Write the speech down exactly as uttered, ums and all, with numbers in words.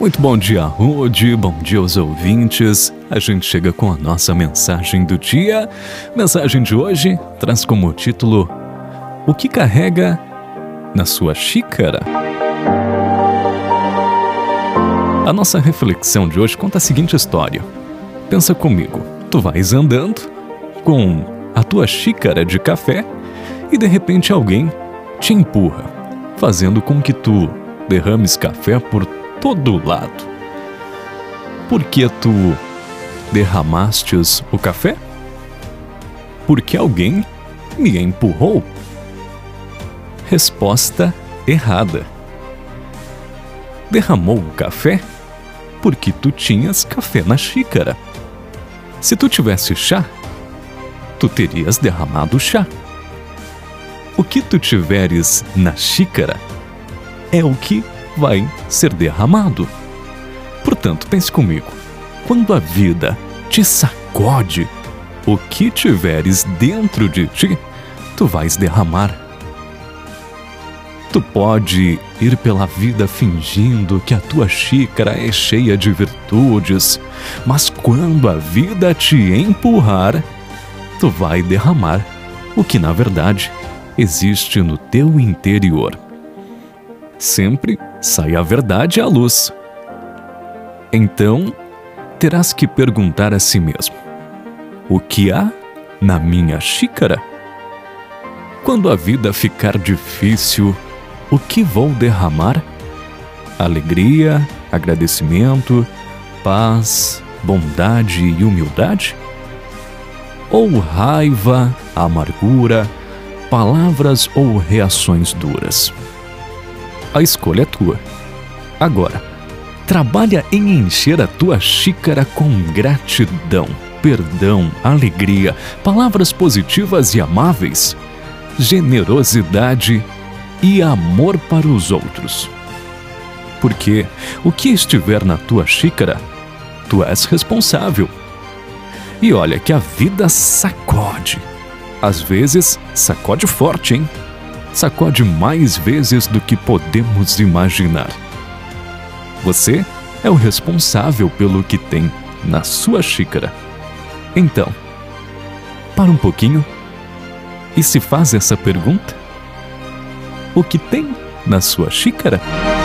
Muito bom dia, Rude, bom dia aos ouvintes. A gente chega com a nossa mensagem do dia. Mensagem de hoje traz como título: O que carrega na sua xícara? A nossa reflexão de hoje conta a seguinte história. Pensa comigo, tu vais andando com a tua xícara de café e de repente alguém te empurra, fazendo com que tu derrames café por todo lado. Por que tu derramastes o café? Porque alguém me empurrou. Resposta errada. Derramou o café porque tu tinhas café na xícara. Se tu tivesse chá, tu terias derramado o chá. O que tu tiveres na xícara é o que vai ser derramado. Portanto, pense comigo. Quando a vida te sacode, o que tiveres dentro de ti, tu vais derramar. Tu pode ir pela vida fingindo que a tua xícara é cheia de virtudes, mas quando a vida te empurrar, tu vai derramar o que na verdade existe no teu interior. Sempre sai a verdade à luz. Então, terás que perguntar a si mesmo: o que há na minha xícara? Quando a vida ficar difícil, o que vou derramar? Alegria, agradecimento, paz, bondade e humildade? Ou raiva, amargura, palavras ou reações duras? A escolha é tua. Agora, trabalha em encher a tua xícara com gratidão, perdão, alegria, palavras positivas e amáveis, generosidade e amor para os outros. Porque o que estiver na tua xícara, tu és responsável. E olha que a vida sacode. Às vezes, sacode forte, hein? Sacode mais vezes do que podemos imaginar. Você é o responsável pelo que tem na sua xícara. Então, para um pouquinho e se faz essa pergunta: o que tem na sua xícara?